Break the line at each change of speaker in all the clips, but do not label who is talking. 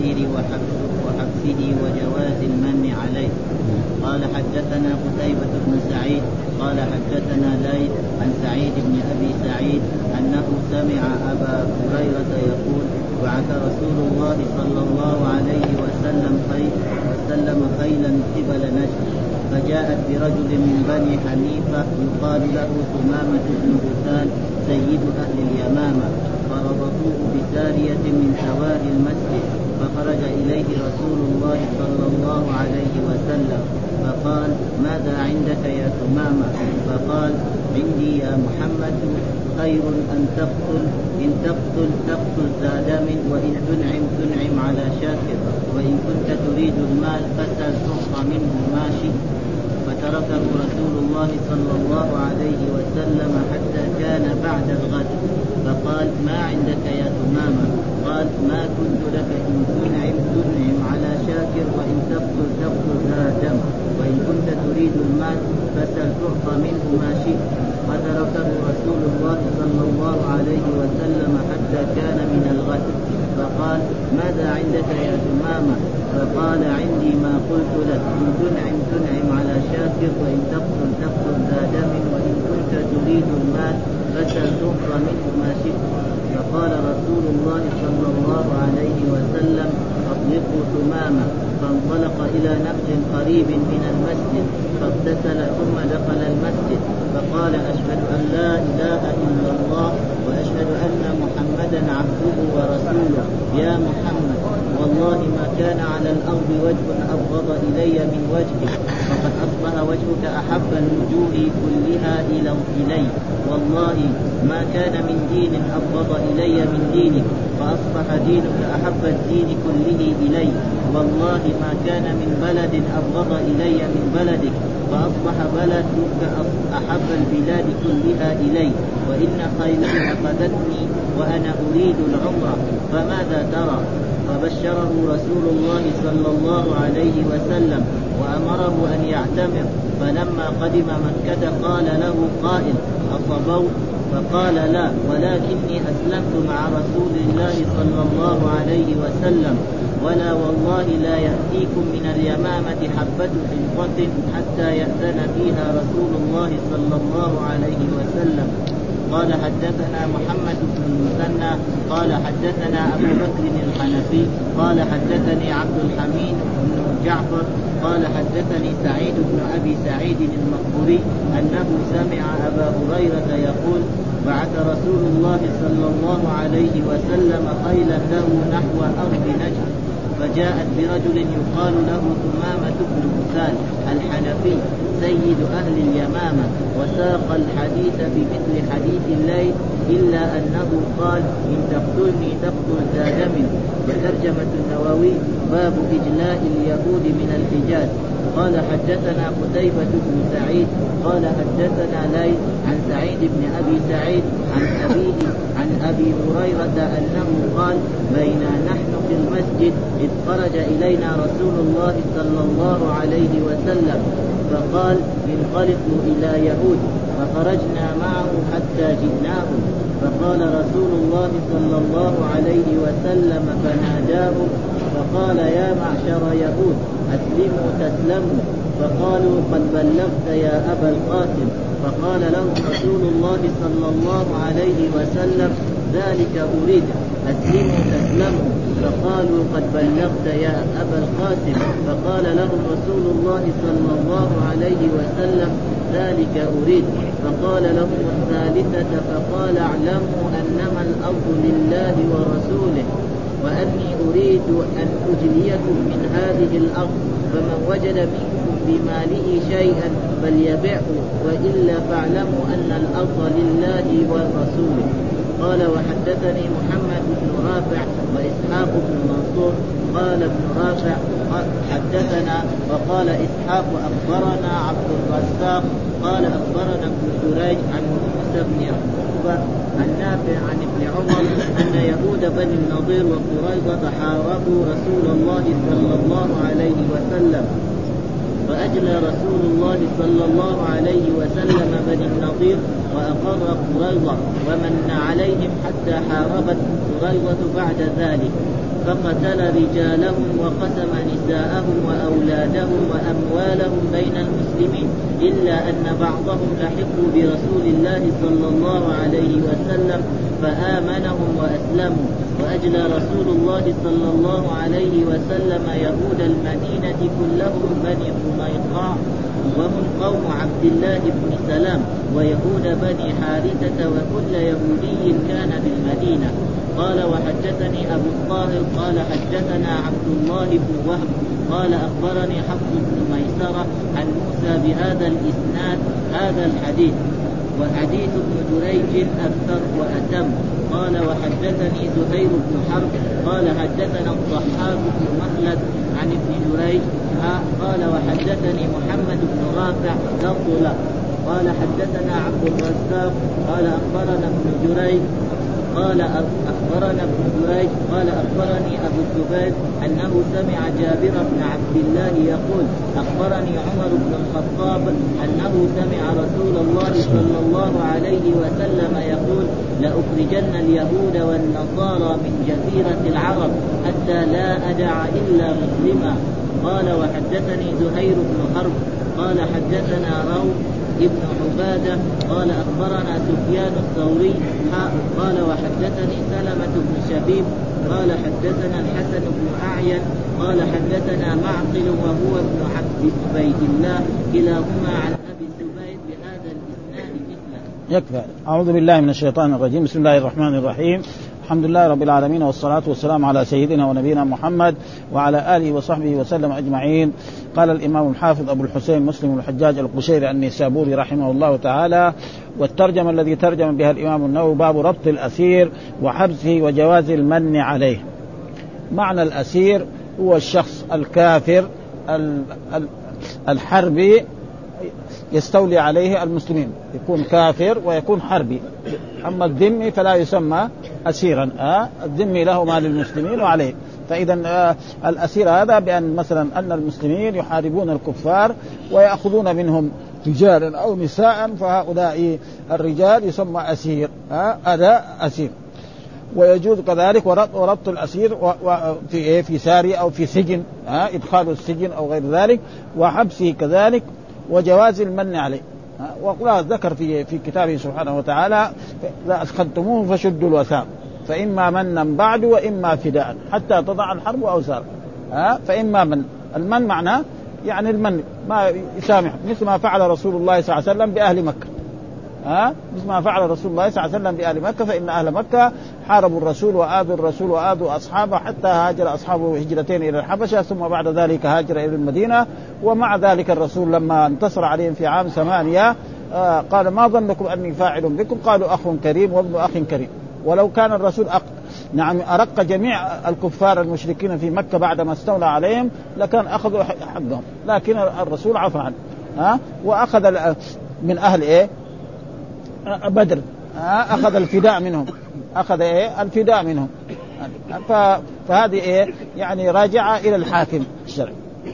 الأمير وحبسه وجواز المن عليه. قال حدثنا قتيبة بن سعيد قال حدثنا ليث عن سعيد بن أبي سعيد أنه سمع أبا هريرة يقول بعث رسول الله صلى الله عليه وسلم خيلا قبل نجد فجاءت برجل من بني حنيفة يقال له ثمامة بن غسال سيد أهل اليمامة فربطوه بسارية من سوار المسجد فخرج إليه رسول الله صلى الله عليه وسلم فقال ماذا عندك يا ثمامة؟ فقال عندي يا محمد خير أن تقتل إن تقتل ذا دم وإن تنعم على شاكر وإن كنت تريد المال فسل تعطى منه ما شئت. فتركه رسول الله صلى الله عليه وسلم حتى كان بعد الغد فقال ما عندك يا ثمامة؟ قال ما كنت لك إن تنعم على شاكر وإن تقتل ذا دم وإن كنت تريد المال فسل تعطى منه ما شئت. فتركه رسول الله صلى الله عليه وسلم حتى كان من الغد فقال ماذا عندك يا ثمامة؟ فقال عندي ما قلت لك إن تنعم على شاكر وإن تقتل ذا دم وإن كنت تريد المال فسل تعطى منه ما شئت. فقال رسول الله صلى الله عليه وسلم أطلقوا ثمامة. فانطلق إلى نخل قريب من المسجد فاغتسل ثم دخل المسجد فقال أشهد أن لا إله إلا الله وأشهد أن محمدا عبده ورسوله. يا محمد والله ما كان على الأرض وجه أبغض إلي من وجهك فقد أصبح وجهك أحب الوجوه كلها إلي والله ما كان من دين أبغض إلي من دينك فأصبح دينك أحب الدين كله إلي والله ما كان من بلد أبغض إلي من بلدك فأصبح بلدك أحب البلاد كلها إلي وإن خيلك أخذتني وأنا أريد العمرة فماذا ترى؟ فبشره رسول الله صلى الله عليه وسلم وأمره أن يعتمر. فلما قدم مكة قال له قائل أصبوت؟ فقال لا ولكني أسلمت مع رسول الله صلى الله عليه وسلم ولا والله لا يأتيكم من اليمامة حبة حنطة حتى يأذن فيها رسول الله صلى الله عليه وسلم. قال حدثنا محمد بن المثنى قال حدثنا أبو بكر الحنفي قال حدثني عبد الحميد بن جعفر قال حدثني سعيد بن أبي سعيد المقبوري أنه سمع أبا هريرة يقول بعث رسول الله صلى الله عليه وسلم خيلا له نحو أرض نجد فجاءت برجل يقال له ثمامة بن غسال الحنفي سيد أهل اليمامة وساق الحديث بمثل حديث الليل إلا أنه قال إن تقتلني تقتل ذا دم. وترجمة النووي باب إجلاء اليهود من الحجاز. قال حدثنا قتيبة بن سعيد قال حدثنا ليث عن سعيد بن أبي سعيد عن أبيه عن أبي هريرة أنه قال بينا نحن في المسجد إذ خرج إلينا رسول الله صلى الله عليه وسلم فقال انطلقوا إلى يهود فخرجنا معه حتى جئناهم فقال رسول الله صلى الله عليه وسلم فناداهم فقال يا معشر يهود أسلموا تسلموا فقالوا قد بلغت يا أبا القاسم فقال لهم رسول الله صلى الله عليه وسلم ذلك أريد أسلموا تسلموا فقالوا قد بلغت يا أبا القاسم فقال لهم رسول الله صلى الله عليه وسلم ذلك أريد فقال لهم الثالثة فقال اعلموا أنما الأرض لله ورسوله وأني أريد أن أجليكم من هذه الأرض فمن وجد منكم بماله شيئا فليبعه وإلا فاعلموا أن الأرض لله ورسوله. قال وحدثني محمد بن رافع وإسحاق بن منصور قال ابن رافع حدثنا وقال إسحاق أخبرنا عبد الرزاق قال أخبرنا ابن جريج عن موسى بن عقبة عن نافع عن ابن عمر أن يهود بني النضير وقريظة حاربوا رسول الله صلى الله عليه وسلم فأجلى رسول الله صلى الله عليه وسلم بني النضير وأقر قريظة ومن عليهم حتى حاربت قريظة بعد ذلك. فقتل رجالهم وقسم نساءهم وأولادهم وأموالهم بين المسلمين، إلا أن بعضهم لحقوا برسول الله صلى الله عليه وسلم فآمنهم وأسلموا. وأجلى رسول الله صلى الله عليه وسلم يهود المدينة كلهم بني قميقاع، وهم قوم عبد الله بن سلام، ويهود بني حارثة، وكل يهودي كان بالمدينة. قال وحدثني أبو الطاهر قال حدثنا عبد الله بن وهب قال أخبرني حفص بن ميسرة عن موسى بهذا الإسناد هذا الحديث، وحديث ابن جريج أكثر وأتم. قال وحدثني زهير بن حرب قال حدثنا الضحاك بن مخلد عن ابن جريج قال وحدثني محمد بن رافع لفظ له قال حدثنا عبد الرزاق قال أخبرنا ابن جريج قال أخبرني أبو الزبير أنه سمع جابر بن عبد الله يقول أخبرني عمر بن الخطاب أنه سمع رسول الله صلى الله عليه وسلم يقول لأخرجن اليهود والنصارى من جزيرة العرب حتى لا أدع إلا مسلما. قال وحدثني زهير بن حرب قال حدثنا روح ابن عبادة قال أخبرنا سفيان الثوري قال وحدثني سلمة بن شبيب قال حدثنا الحسن بن أعين قال حدثنا معقل وهو ابن عبيد الله كلاهما عن أبي الزبير بهذا الإسناد مثله.
يكفى. أعوذ بالله من الشيطان الرجيم. بسم الله الرحمن الرحيم. الحمد لله رب العالمين، والصلاة والسلام على سيدنا ونبينا محمد وعلى آله وصحبه وسلم أجمعين. قال الإمام الحافظ أبو الحسين مسلم الحجاج القشيري النيسابوري رحمه الله تعالى: والترجمة الذي ترجم بها الإمام النووي باب ربط الأسير وحبسه وجواز المن عليه. معنى الأسير هو الشخص الكافر الحربي يستولي عليه المسلمين، يكون كافر ويكون حربي. أما الذمي فلا يسمى أسيرا، الذمي له مال المسلمين وعليه. فإذا الأسير هذا بأن مثلا أن المسلمين يحاربون الكفار ويأخذون منهم رجالا أو نساء، فهؤلاء الرجال يسمى أسير، هذا أسير. ويجوز كذلك وربط الأسير في ساري أو في سجن، إدخال السجن أو غير ذلك، وحبسه كذلك، وجواز المن عليه. وقال ذكر في كتابه سبحانه وتعالى: إذا أثخنتموه فشدوا الوثاق فإما منا بعد وإما فداء حتى تضع الحرب أوزار. فإما من المن معناه يعني المن ما يسامح، مثل ما فعل رسول الله صلى الله عليه وسلم بأهل مكة. مثل ما فعل رسول الله صلى الله عليه وسلم بأهل مكة، فإن أهل مكة حاربوا الرسول وآذوا الرسول وآذوا أصحابه حتى هاجر أصحابه هجرتين إلى الحبشة، ثم بعد ذلك هاجر إلى المدينة. ومع ذلك الرسول لما انتصر عليهم في عام 8 قال: ما ظنكم أني فاعل بكم؟ قالوا: أخ كريم وابن أخ كريم. ولو كان الرسول أرق جميع الكفار المشركين في مكة بعدما استولى عليهم لكان أخذوا حقهم، لكن الرسول عفى عنه. وأخذ من أهل بدر، أخذ الفداء منهم، أخذ الفداء منهم. فهذه يعني راجعة إلى الحاكم الشرعي.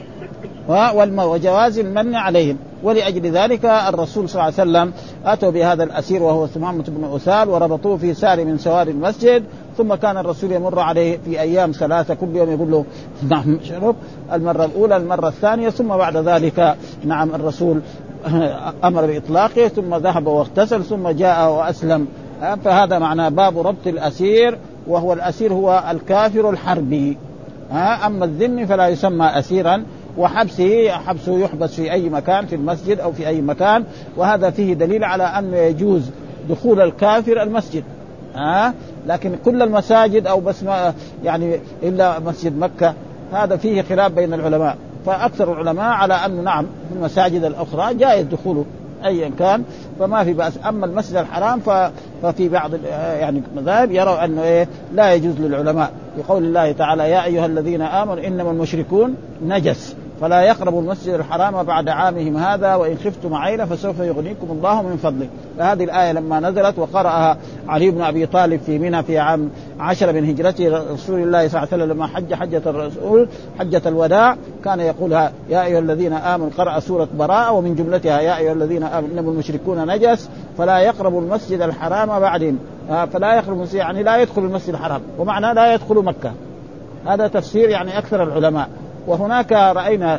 وجواز المن عليهم. ولأجل ذلك الرسول صلى الله عليه وسلم أتوا بهذا الأسير وهو ثمامة بن أسال وربطوه في سار من سوار المسجد، ثم كان الرسول يمر عليه في أيام 3 كل يوم يقول له: نعم شرب، المرة الأولى المرة الثانية، ثم بعد ذلك نعم الرسول أمر بإطلاقه، ثم ذهب واغتسل، ثم جاء وأسلم. فهذا معنى باب ربط الأسير، وهو الأسير هو الكافر الحربي. أما الذمي فلا يسمى أسيرا. وحبسه يحبس في أي مكان، في المسجد أو في أي مكان. وهذا فيه دليل على أن يجوز دخول الكافر المسجد، لكن كل المساجد أو بس يعني إلا مسجد مكة، هذا فيه خلاف بين العلماء. فأكثر العلماء على أن نعم في المساجد الأخرى جائز دخوله أيا كان، فما في بأس. أما المسجد الحرام ففي بعض يعني مذاهب يروا أنه لا يجوز للعلماء، بقول الله تعالى: يا أيها الذين آمنوا إنما المشركون نجس فلا يقربوا المسجد الحرام بعد عامهم هذا وإن خفتم عيلا فسوف يغنيكم الله من فضله. فهذه الآية لما نزلت وقرأها علي بن أبي طالب في منى في عام 10 من هجرته رسول الله صلى الله عليه وسلم لما حج حجة الرسول حجة الوداع، كان يقولها: يا أيها الذين آمنوا، قرأ سورة براءة ومن جملتها: يا أيها الذين آمنوا إنما المشركون نجس فلا يقربوا المسجد الحرام بعدين. فلا يقربوا يعني لا يدخل المسجد الحرام، ومعنى لا يدخل مكة. هذا تفسير يعني أكثر العلماء. وهناك رأينا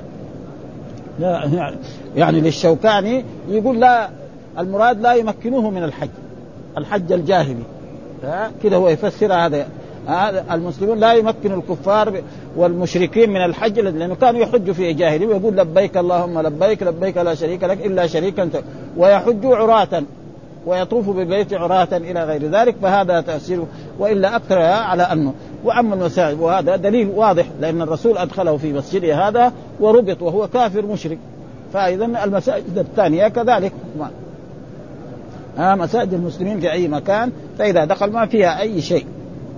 يعني للشوكاني يقول لا، المراد لا يمكنوه من الحج الجاهلي كده هو يفسر هذا. المسلمون لا يمكنوا الكفار والمشركين من الحج لأنه كانوا يحجوا في جاهلية ويقول لبيك اللهم لبيك لبيك لا شريك لك إلا شريكا، ويحجوا عراة ويطوفوا بالبيت عراة إلى غير ذلك. فهذا تأثيره، وإلا أكثر على أنه. وأما المساجد وهذا دليل واضح لأن الرسول أدخله في مسجده هذا وربط وهو كافر مشرك، فإذا المساجد الثانية كذلك مساجد المسلمين في أي مكان فإذا دخل ما فيها أي شيء.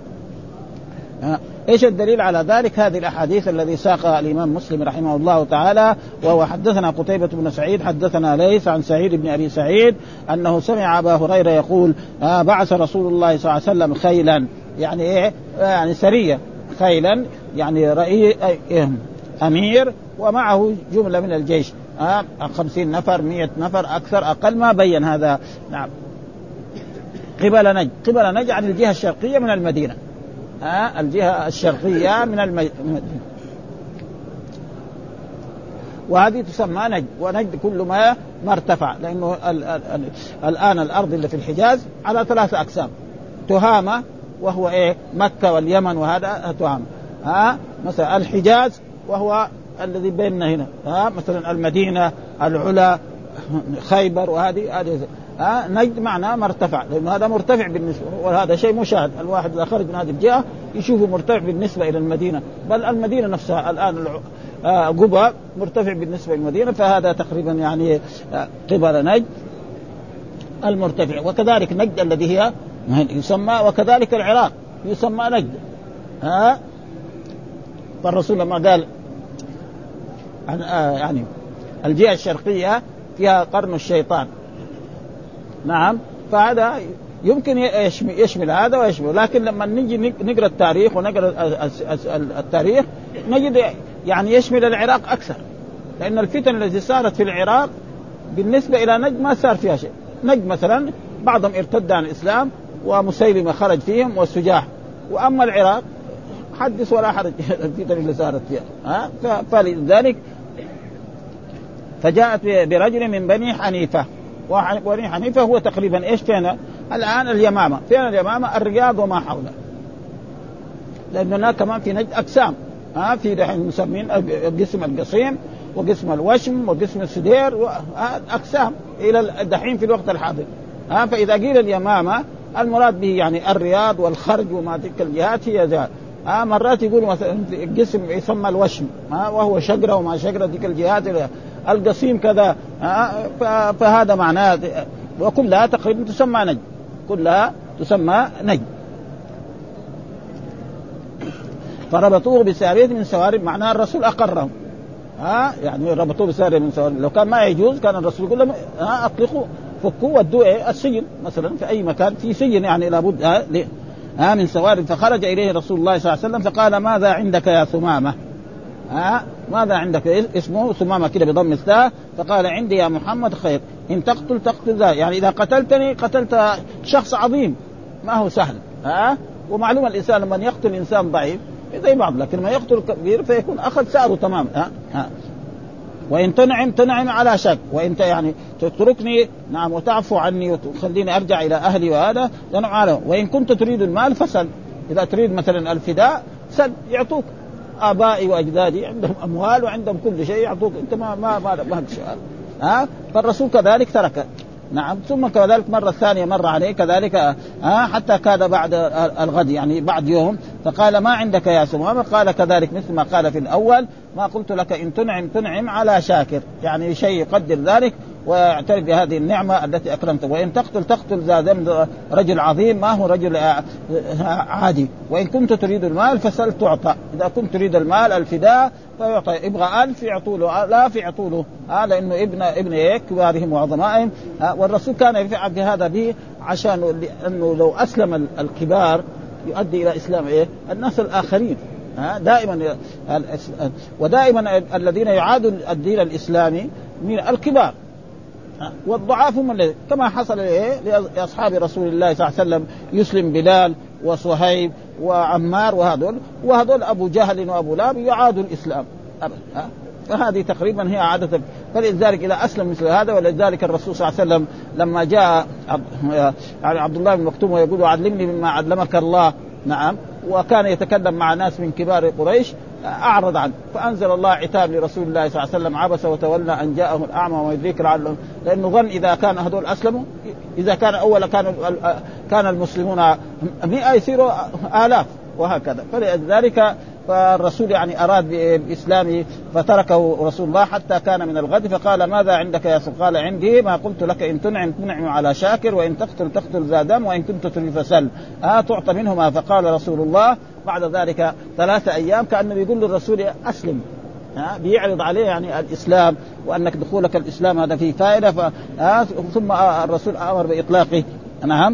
إيش الدليل على ذلك؟ هذه الأحاديث الذي ساقها الإمام مسلم رحمه الله تعالى. وهو حدثنا قتيبة بن سعيد حدثنا ليث عن سعيد بن أبي سعيد أنه سمع أبا هريرة يقول بعث رسول الله صلى الله عليه وسلم خيلا، يعني إيه؟ يعني سرية، خيلا يعني رئيس أمير ومعه جملة من الجيش 50 نفر 100 نفر أكثر أقل ما بين هذا. نعم. قبل نجد عن الجهة الشرقية من المدينة، الجهة الشرقية من المدينة، وهذه تسمى نجد. ونجد كل ما ارتفع، لأنه الآن الأرض اللي في الحجاز على 3 أقسام: تهامة وهو إيه مكة واليمن، وهذا تهامة. مثلا الحجاز وهو الذي بيننا هنا، مثلا المدينة العلا خيبر، وهذه نجد معناه مرتفع، لأن هذا مرتفع بالنسبة، وهذا شيء مشاهد. الواحد إذا خرج من هذه الجهة يشوفه مرتفع بالنسبة إلى المدينة، بل المدينة نفسها الآن قبة مرتفع بالنسبة للمدينة، فهذا تقريبا يعني قبل نجد المرتفع. وكذلك نجد الذي هي يسمى، وكذلك العراق يسمى نجد. فالرسول لما قال يعني الجهة الشرقية فيها قرن الشيطان، نعم، فهذا يمكن يشمل هذا ويشمل. لكن لما نجي نقرأ التاريخ ونقرأ التاريخ نجد يعني يشمل العراق أكثر، لأن الفتن التي صارت في العراق بالنسبة إلى نجد ما صار فيها شيء. نجد مثلا بعضهم ارتد عن الإسلام ومسيلمة خرج فيهم والسجاح، وأما العراق حدث ولا حرج الفتن اللي صارت فيها. فلذلك فجاءت برجل من بني حنيفة، وبني حنيفة هو تقريبا إيش فينا الآن اليمامة، فينا اليمامة الرياض وما حوله، لأن هناك كمان في نجد أقسام. في دحين مسمين قسم القصيم وقسم الوشم وقسم السدير، أقسام إلى الدحين في الوقت الحاضر. فإذا قيل اليمامة المراد به يعني الرياض والخرج وما تلك الجهات هي ذات. مرات يقولوا مثلا القسم يسمى الوشم وهو شجرة وما شجرة تلك الجهات، القصيم كذا. فهذا معناه، وكلها تقريبا تسمى نجد، كلها تسمى نجد. فربطوه بسارية من سوارب، معناه الرسول أقرهم. يعني ربطوه بسارية من سوارب، لو كان ما يجوز كان الرسول يقول لهم أطلقوا فكوا ودوا السجن مثلا، في أي مكان في سجن يعني لابد من سوارب. فخرج إليه رسول الله صلى الله عليه وسلم فقال ماذا عندك يا ثمامة؟ ماذا عندك؟ اسمه ثمامة كده بضم الثاء. فقال عندي يا محمد خير، إن تقتل ذا، يعني إذا قتلتني قتلت شخص عظيم ما هو سهل. ومعلوم الإنسان لما يقتل إنسان ضعيف زي بعض، لكن ما يقتل كبير فيكون أخذ سعره تمام. وإن تنعم على شك، وإنت يعني تتركني نعم وتعفو عني وتخليني أرجع إلى أهلي، وهذا تنعم على. وإن كنت تريد المال فسل، إذا تريد مثلا الفداء سل، يعطوك. آبائي وأجدادي عندهم أموال وعندهم كل شيء يعطوك، أنت ما سؤال. فالرسول كذلك ترك. نعم. ثم كذلك مرة ثانية مر عليه كذلك حتى كاد بعد الغد، يعني بعد يوم، فقال ما عندك يا ثمامة؟ قال كذلك مثل ما قال في الأول، ما قلت لك إن تنعم على شاكر، يعني شيء يقدر ذلك ويعترف بهذه النعمة التي أكرمته. وإن تقتل ذا ذنب رجل عظيم ما هو رجل عادي. وإن كنت تريد المال فسل تعطى، إذا كنت تريد المال الفداء فيعطى، يبغى 1000 يعطوله، لا يعطوله لأنه ابن كبارهم وعظمائهم. والرسول كان يفعل بهذا به عشان لأنه لو أسلم الكبار يؤدي إلى إسلام الناس الآخرين. دائما ودائما الذين يعادوا الدين الإسلامي من الكبار، والضعاف هم الذين، كما حصل لأصحاب رسول الله صلى الله عليه وسلم، يسلم بلال وصهيب وعمار وهذول أبو جهل وأبو لهب يعادوا الإسلام أبدا. فهذه تقريبا هي عادة. فلذلك إذا أسلم مثل هذا، ولذلك الرسول صلى الله عليه وسلم لما جاء عبد الله بن مكتوم ويقول علمني مما علمك الله، نعم، وكان يتكلم مع ناس من كبار قريش، أعرض عنه، فأنزل الله عتاب لرسول الله صلى الله عليه وسلم عبس وتولى أن جاءه الأعمى وما يدريك لعله، لأنه ظن إذا كان هذول أسلموا، إذا كان أول كان المسلمون 100 يصيروا آلاف وهكذا. فلذلك فالرسول يعني أراد بإسلامه فتركه رسول الله حتى كان من الغد، فقال ماذا عندك يا سيد؟ قال عندي ما قلت لك، إن تنعم على شاكر، وإن تقتل ذا دم، وإن كنت تريد فسل تعطى منهما. فقال رسول الله بعد ذلك 3 أيام كأنه يقول للرسول أسلم، بيعرض عليه يعني الإسلام، وأنك دخولك الإسلام هذا فيه فائدة. ثم الرسول أمر بإطلاقه، نعم.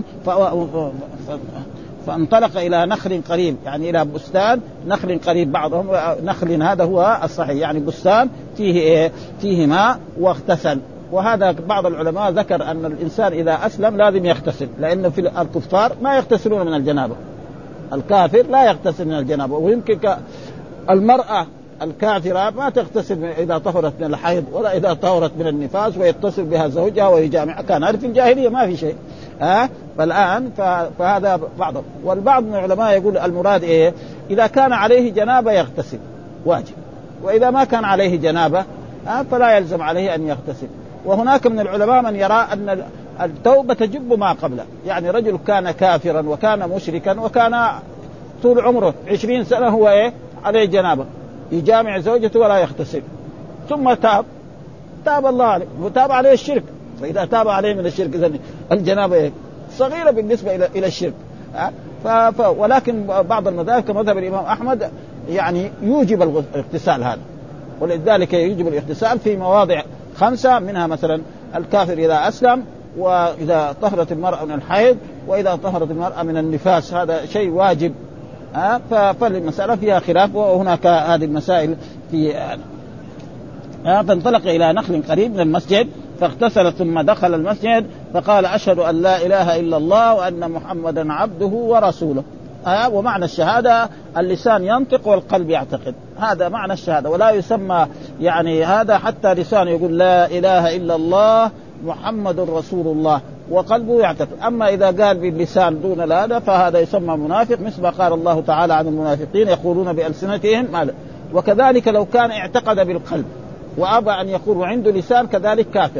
فانطلق إلى نخل قريب، يعني إلى بستان نخل قريب، بعضهم نخل هذا هو الصحيح، يعني بستان فيه ماء، واغتسل. وهذا بعض العلماء ذكر أن الإنسان إذا أسلم لازم يغتسل، لأنه في الكفار ما يغتسلون من الجنابة، الكافر لا يغتسل من الجنابة. ويمكن المرأة الكافرة ما تغتسل إذا طهرت من الحيض ولا إذا طهرت من النفاس، ويتصل بها زوجها ويجامع. كان هذا في الجاهلية ما في شيء، فالآن فهذا بعضهم. والبعض من العلماء يقول المراد إيه؟ إذا كان عليه جنابة يغتسل واجب، وإذا ما كان عليه جنابة فلا يلزم عليه أن يغتسل. وهناك من العلماء من يرى أن التوبة تجب ما قبله، يعني رجل كان كافرا وكان مشركا وكان طول عمره 20 سنة هو عليه جنابة، يجامع زوجته ولا يغتسل، ثم تاب الله عليه وتاب عليه الشرك. فإذا تاب عليه من الشرك إذن الجنابة صغيرة بالنسبة إلى الشرك. ولكن بعض المذاهب كمذهب الإمام أحمد يعني يوجب الاغتسال هذا، ولذلك يوجب الاغتسال في مواضع 5 منها مثلا الكافر إذا أسلم، وإذا طهرت المرأة من الحيض، وإذا طهرت المرأة من النفاس، هذا شيء واجب. فالمسألة فيها خلاف، وهناك هذه المسائل في فانطلق إلى نخل قريب من المسجد فاغتسل، ثم دخل المسجد فقال أشهد أن لا إله إلا الله وأن محمدا عبده ورسوله. ومعنى الشهادة اللسان ينطق والقلب يعتقد، هذا معنى الشهادة. ولا يسمى يعني هذا حتى لسان يقول لا إله إلا الله محمد رسول الله وقلبه يعتقد. أما إذا قال باللسان دون هذا فهذا يسمى منافق، مثل ما قال الله تعالى عن المنافقين يقولون بألسنتهم ماذا. وكذلك لو كان اعتقد بالقلب وأبى أن يقول وعنده لسان كذلك كافر.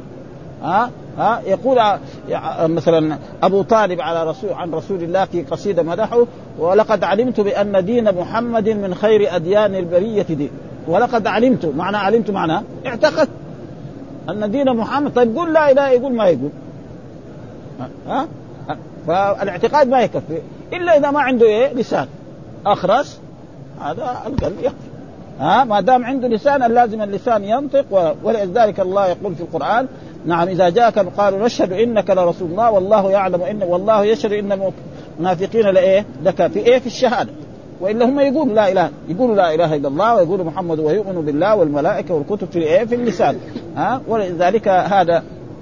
يقول مثلا أبو طالب عن رسول الله في قصيدة مدحه: ولقد علمت بأن دين محمد من خير أديان البرية دين. ولقد علمت، معنى علمت معنى اعتقد أن دين محمد. طيب قل لا إله، يقول ما يقول. فالاعتقاد ما يكفي إلا إذا ما عنده لسان أخرس، هذا القلب يكفي. ما دام عنده لسان اللازم اللسان ينطق. ولذلك الله يقول في القرآن: نعم إذا جاءك قالوا نشهد إنك لرسول الله والله يعلم والله يشهد إن المنافقين لك في الشهادة. وإلا هم يقولوا لا إله إلا الله ويقولوا محمد ويؤمنوا بالله والملائكة والكتب في اللسان. ولذلك هذا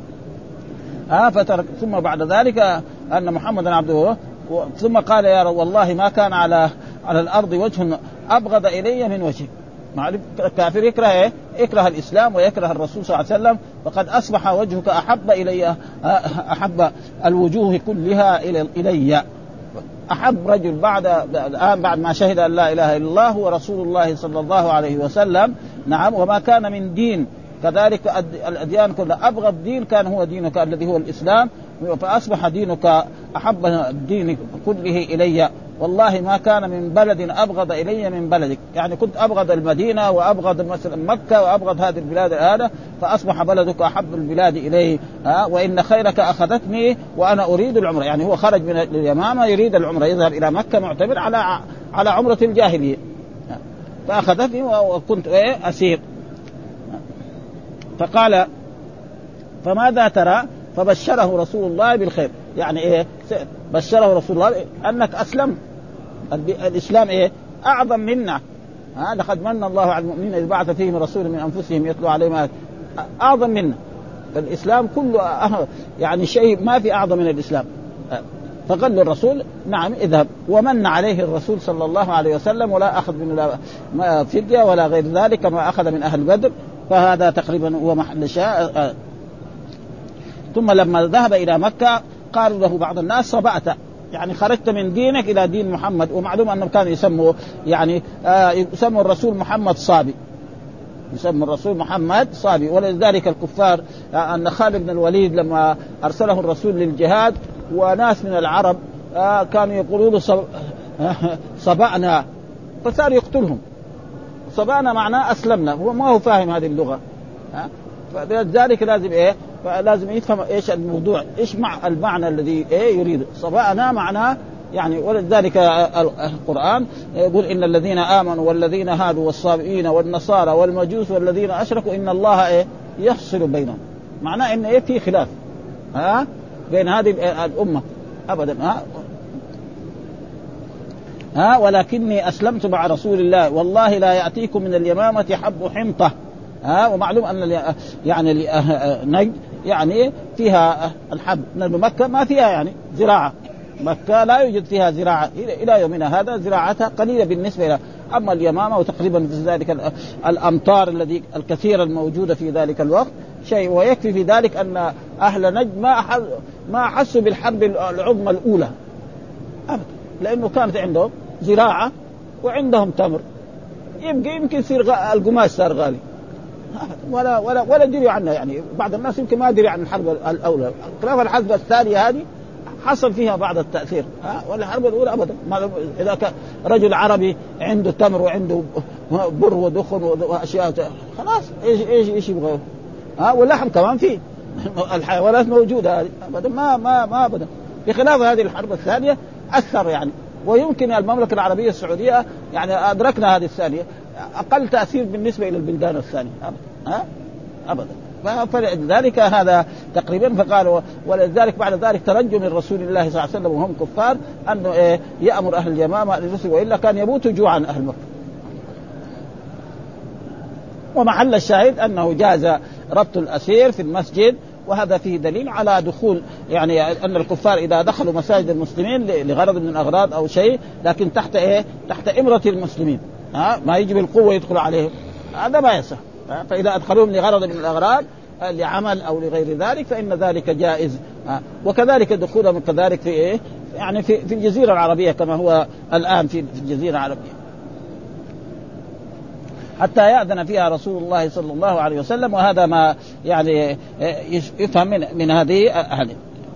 فترك. ثم بعد ذلك أن محمدا عبده. ثم قال: يا رب والله ما كان على الأرض وجه أبغض إلي من وجهك. الكافر يكره الإسلام ويكره الرسول صلى الله عليه وسلم، فقد أصبح وجهك أحب إلي، أحب الوجوه كلها إلي. أحب رجل بعد ما شهد أن لا إله إلا الله هو رسول الله صلى الله عليه وسلم. نعم. وما كان من دين، كذلك الأديان كلها أبغض دين كان هو دينك الذي هو الإسلام، فأصبح دينك أحب الدين كله إلي. والله ما كان من بلد أبغض إلي من بلدك، يعني كنت أبغض المدينة وأبغض مثلا مكة وأبغض هذه البلاد هذا، فأصبح بلدك أحب البلاد إليه. وإن خيرك أخذتني وأنا أريد العمرة، يعني هو خرج من اليمامة يريد العمرة، يذهب إلى مكة معتمر على عمرة الجاهلية، فأخذتني وكنت أسير. فقال: فماذا ترى؟ فبشره رسول الله بالخير، يعني بشره رسول الله أنك أسلم. الإسلام أعظم منا. لقد من الله على المؤمنين إذ بعث فيهم رسول من أنفسهم يتلو عليهم أعظم منا. الإسلام كله يعني شيء ما في أعظم من الإسلام. فقال له الرسول نعم اذهب، ومن عليه الرسول صلى الله عليه وسلم ولا أخذ من فدية ولا غير ذلك ما أخذ من أهل بدر، فهذا تقريبا هو محل شاء. ثم لما ذهب إلى مكة قالوا له بعض الناس صبأت، يعني خرجت من دينك إلى دين محمد. ومعلوم أنهم كانوا يسموا يعني يسموا الرسول محمد صابي، يسمى الرسول محمد صابي. ولذلك الكفار أن خالد بن الوليد لما أرسله الرسول للجهاد وناس من العرب كانوا يقولون صبأنا، فصار يقتلهم. صبأنا معناه أسلمنا، هو ما هو فاهم هذه اللغة. فلذلك لازم لازم يفهم إيش الموضوع، إيش مع المعنى الذي يريد. صبأنا معناه يعني. ولذلك القرآن يقول إن الذين آمنوا والذين هادوا والصابئين والنصارى والمجوس والذين أشركوا إن الله يفصل بينهم. معناه إن في خلاف بين هذه الأمة أبدا. ولكني أسلمت مع رسول الله والله لا يأتيكم من اليمامة حب حنطة. ومعلوم أن يعني نجد يعني فيها الحب، لأن مكة ما فيها يعني زراعة، مكة لا يوجد فيها زراعة إلى يومنا هذا، زراعتها قليلة بالنسبة إلى. أما اليمامة وتقريبا في ذلك الأمطار الذي الكثير الموجودة في ذلك الوقت شيء. ويكفي في ذلك أن أهل نجد ما حسوا بالحرب العظمى الأولى أبدا، لأنه كانت عندهم زراعة وعندهم تمر، يمكن يصير القماش صار غالي ولا دري عنها. يعني بعض الناس يمكن ما دري عن الحرب الأولى، خلاف الحرب الثانية هذه حصل فيها بعض التأثير. ولا الحرب الأولى أبدا. إذا كان رجل عربي عنده تمر وعنده بر ودخن وأشياء خلاص إيش يبغى. واللحم كمان فيه الحيوانات موجودة أبدا ما أبدا. بخلاف هذه الحرب الثانية أثر يعني. ويمكن المملكة العربية السعودية يعني أدركنا هذه الثانية أقل تأثير بالنسبة إلى البلدان الثانية أبدا. فلذلك هذا تقريبا. فقالوا ولذلك بعد ذلك ترجوا من رسول الله صلى الله عليه وسلم وهم كفار أنه يأمر أهل اليمامة للرسل، وإلا كان يموتوا جوعا أهل مكة. ومحل الشاهد أنه جاز ربط الأسير في المسجد، وهذا فيه دليل على دخول يعني أن الكفار إذا دخلوا مساجد المسلمين لغرض من الأغراض أو شيء، لكن تحت إمرة المسلمين، ما يجي بالقوة يدخل عليهم، هذا ما يصح. فإذا أدخلوهم لغرض من الأغراض لعمل أو لغير ذلك فإن ذلك جائز. وكذلك دخولهم كذلك في يعني في الجزيرة العربية كما هو الآن في الجزيرة العربية، حتى يأذن فيها رسول الله صلى الله عليه وسلم. وهذا ما يعني يفهم من هذه أهله.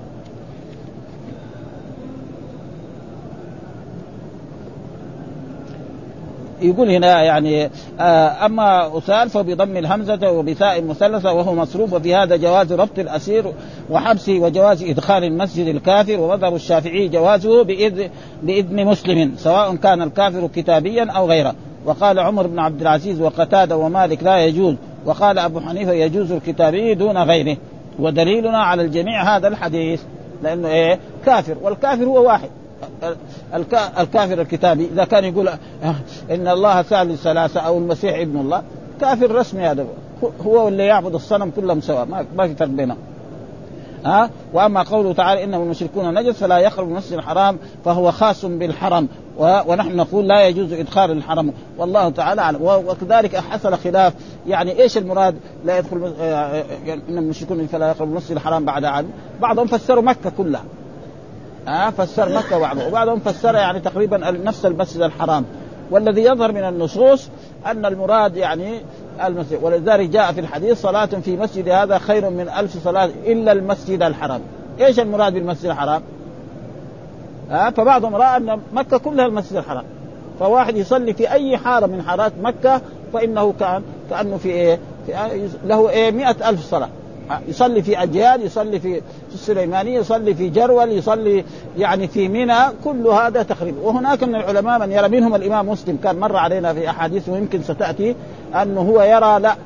يقول هنا يعني أما أسال فبضم الهمزة وبثاء مثلثة وهو مصروف. وفي هذا جواز ربط الأسير وحبسه وجواز إدخال المسجد الكافر. ومذهب الشافعي جوازه بإذن مسلم سواء كان الكافر كتابيا أو غيره. وقال عمر بن عبد العزيز وقتادة ومالك لا يجوز. وقال أبو حنيفة يجوز الكتابي دون غيره. ودليلنا على الجميع هذا الحديث، لأنه كافر، والكافر هو واحد. الكافر الكتابي إذا كان يقول إن الله ثالث ثلاثة أو المسيح ابن الله، كافر رسمي هذا، هو اللي يعبد الصنم كلهم سواء، ما في فرق بينهم. وأما قوله تعالى إنهم المشركون نجس فلا يقربوا المسجد الحرام فهو خاص بالحرم، ونحن نقول لا يجوز إدخال الحرم، والله تعالى أعلم. وكذلك حصل خلاف يعني إيش المراد لا يدخل إن المشركون فلا يقربوا المسجد الحرام بعد عام. بعضهم فسروا مكة كلها، فسر مكة وبعضهم فسر يعني تقريبا نفس المسجد الحرام. والذي يظهر من النصوص أن المراد يعني المسجد. ولذلك جاء في الحديث صلاة في مسجد هذا خير من 1000 صلاة إلا المسجد الحرام. إيش المراد بالمسجد الحرام؟ فبعضهم رأى أن مكة كلها المسجد الحرام، فواحد يصلي في أي حارة من حارات مكة فإنه كأنه في له 100,000 صلاة. يصلي في أجيال، يصلي في السليمانية، يصلي في جرول، يصلي يعني في منى، كل هذا تقريبا. وهناك من العلماء من يرى، منهم الإمام مسلم كان مر علينا في أحاديث ويمكن ستأتي، أنه هو يرى لا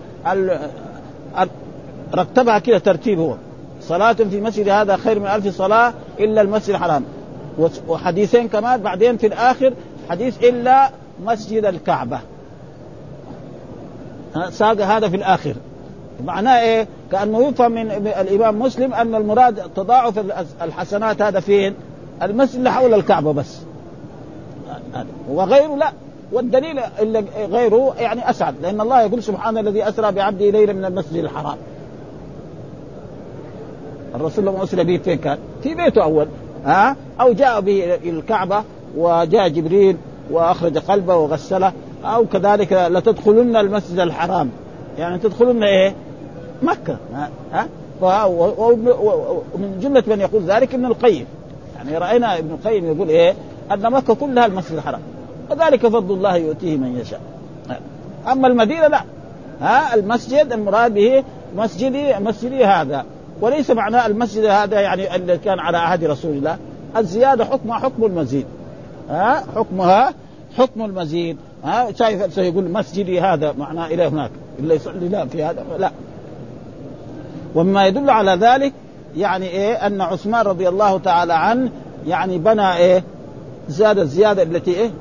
رتبها كده ترتيب، هو صلاة في مسجد هذا خير من 1000 صلاة إلا المسجد الحرام. وحديثين كمان بعدين في الآخر حديث إلا مسجد الكعبة، ساق هذا في الآخر. معناه إيه؟ كأنه يفهم من الإمام مسلم أن المراد تضاعف الحسنات هذا فين؟ المسجد اللي حول الكعبة بس، وغيره لا. والدليل اللي غيره يعني أسعد، لأن الله يقول سبحان الذي أسرى بعبده ليلا من المسجد الحرام. الرسول لما أسرى به فين كان؟ في بيته أول، أو جاء به الكعبة وجاء جبريل وأخرج قلبه وغسله، أو كذلك لتدخلن المسجد الحرام، يعني تدخلن إيه؟ مكة. ومن جملة من يقول ذلك ابن القيم، يعني رأينا ابن القيم يقول إيه؟ أن مكة كلها المسجد الحرام، وذلك فضل الله يؤتيه من يشاء. أما المدينة لا، المسجد المراد به مسجدي هذا، وليس معناه المسجد هذا يعني اللي كان على عهد رسول الله. الزيادة حكمها حكم المزيد، حكمها حكم المزيد. شايف سيقول مسجدي هذا معناه إلى هناك إلا يصلي لا في هذا لا. ومما يدل على ذلك يعني إيه أن عثمان رضي الله تعالى عنه يعني بنى إيه زاد الزيادة التي إيه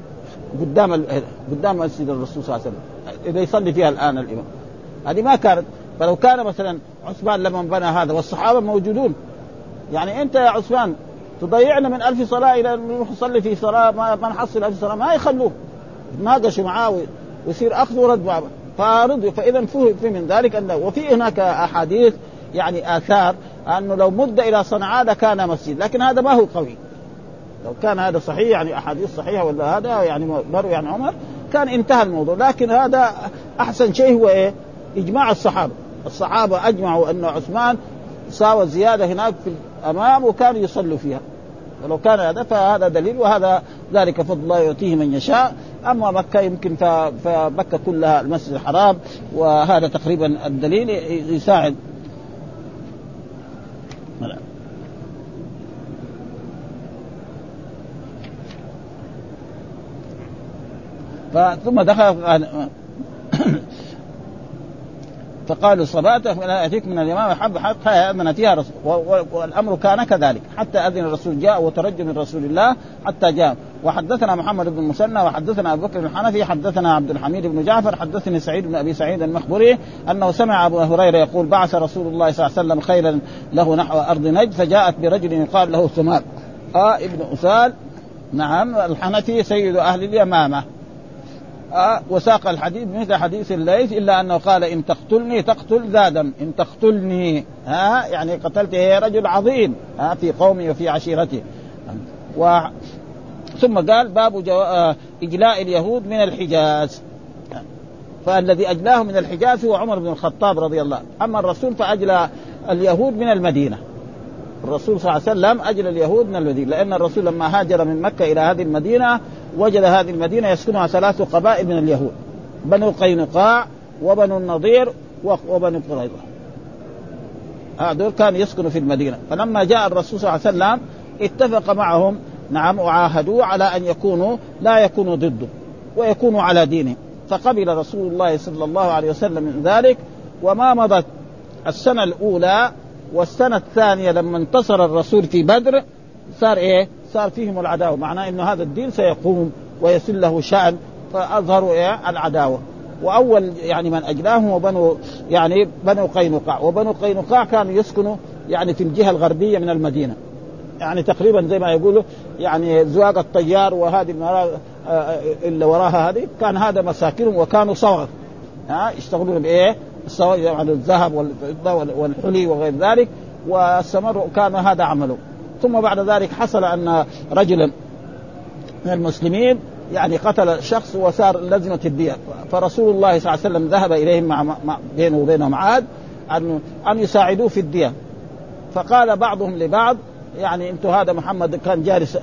قدام مسجد الرسول صلى الله عليه وسلم إذا يصلي فيها الآن الإمام. هذه ما كانت، فلو كان مثلا عثمان لما بنى هذا والصحابة موجودون، يعني أنت يا عثمان تضيعنا من 1000 صلاة إلى نروح نصلي في صلاة ما نحصل 1000 صلاة، ما يخلوه ناقشوا معاه ويصير أخذ ورد معه فرضوا. فإذا في من ذلك أنه وفي هناك أحاديث يعني آثار أنه لو مد إلى صنعاء لكان مسجد، لكن هذا ما هو قوي. لو كان هذا صحيح يعني أحاديث صحيحة ولا هذا يعني مروي عن عمر كان انتهى الموضوع. لكن هذا أحسن شيء هو إيه إجماع الصحابة أجمعوا أن عثمان ساوى زيادة هناك في الأمام وكانوا يصلوا فيها. ولو كان هذا فهذا دليل، وهذا ذلك فضل الله يؤتيه من يشاء. أما مكة يمكن فمكة كلها المسجد الحرام، وهذا تقريبا الدليل يساعد. ثم دخل فقالوا صباته فلا يأتيك من اليمامة حب حتى يأذن فيها رسول، والأمر كان كذلك حتى أذن الرسول جاء وترجم من رسول الله حتى جاء. وحدثنا محمد بن المثنى وحدثنا أبو بكر الحنفي حدثنا عبد الحميد بن جعفر حدثني سعيد بن أبي سعيد المخبري أنه سمع أبو هريرة يقول بعث رسول الله صلى الله عليه وسلم خيلا له نحو أرض نجد، فجاءت برجل يقال له ثمار ابن أسال، نعم الحنفي سيد أهل اليمامة. وساق الحديث مثل حديث الليث إلا أنه قال إن تقتلني تقتل ذا دم، إن تقتلني يعني قتلته رجل عظيم في قومي وفي عشيرته. ثم قال باب إجلاء اليهود من الحجاز، فالذي أجلاه من الحجاز هو عمر بن الخطاب رضي الله. أما الرسول فأجلى اليهود من المدينة. الرسول صلى الله عليه وسلم أجل اليهود من المدينة، لأن الرسول لما هاجر من مكة إلى هذه المدينة وجد هذه المدينة يسكنها 3 قبائل من اليهود، بنو قينقاع وبنو النضير وبنو قريظة. هذول كانوا يسكنوا في المدينة. فلما جاء الرسول صلى الله عليه وسلم اتفق معهم، نعم، وعاهدوا على أن لا يكونوا ضده ويكونوا على دينه. فقبل رسول الله صلى الله عليه وسلم من ذلك. وما مضت السنة الأولى والسنة الثانية لما انتصر الرسول في بدر صار فيهم العداوة، معناه إنه هذا الدين سيقوم ويصل له شأن، فأظهروا العداوة. وأول يعني من أجلاهم بنو قينقاع. وبنو قينقاع كانوا يسكنوا يعني في الجهة الغربية من المدينة، يعني تقريبا زي ما يقولوا يعني زواج الطيار وهذه المراه اللي وراها هذه كان هذا مساكنهم، وكانوا صوغ يشتغلون بإيه الصوغ يعني الذهب والفضة والحلي وغير ذلك، واستمروا كان هذا عمله. ثم بعد ذلك حصل أن رجلا من المسلمين يعني قتل شخص وصار لزمة الدية، فرسول الله صلى الله عليه وسلم ذهب إليهم مع بينه وبينهم عهد أن يساعدوه في الدية. فقال بعضهم لبعض يعني أنتم هذا محمد كان جالس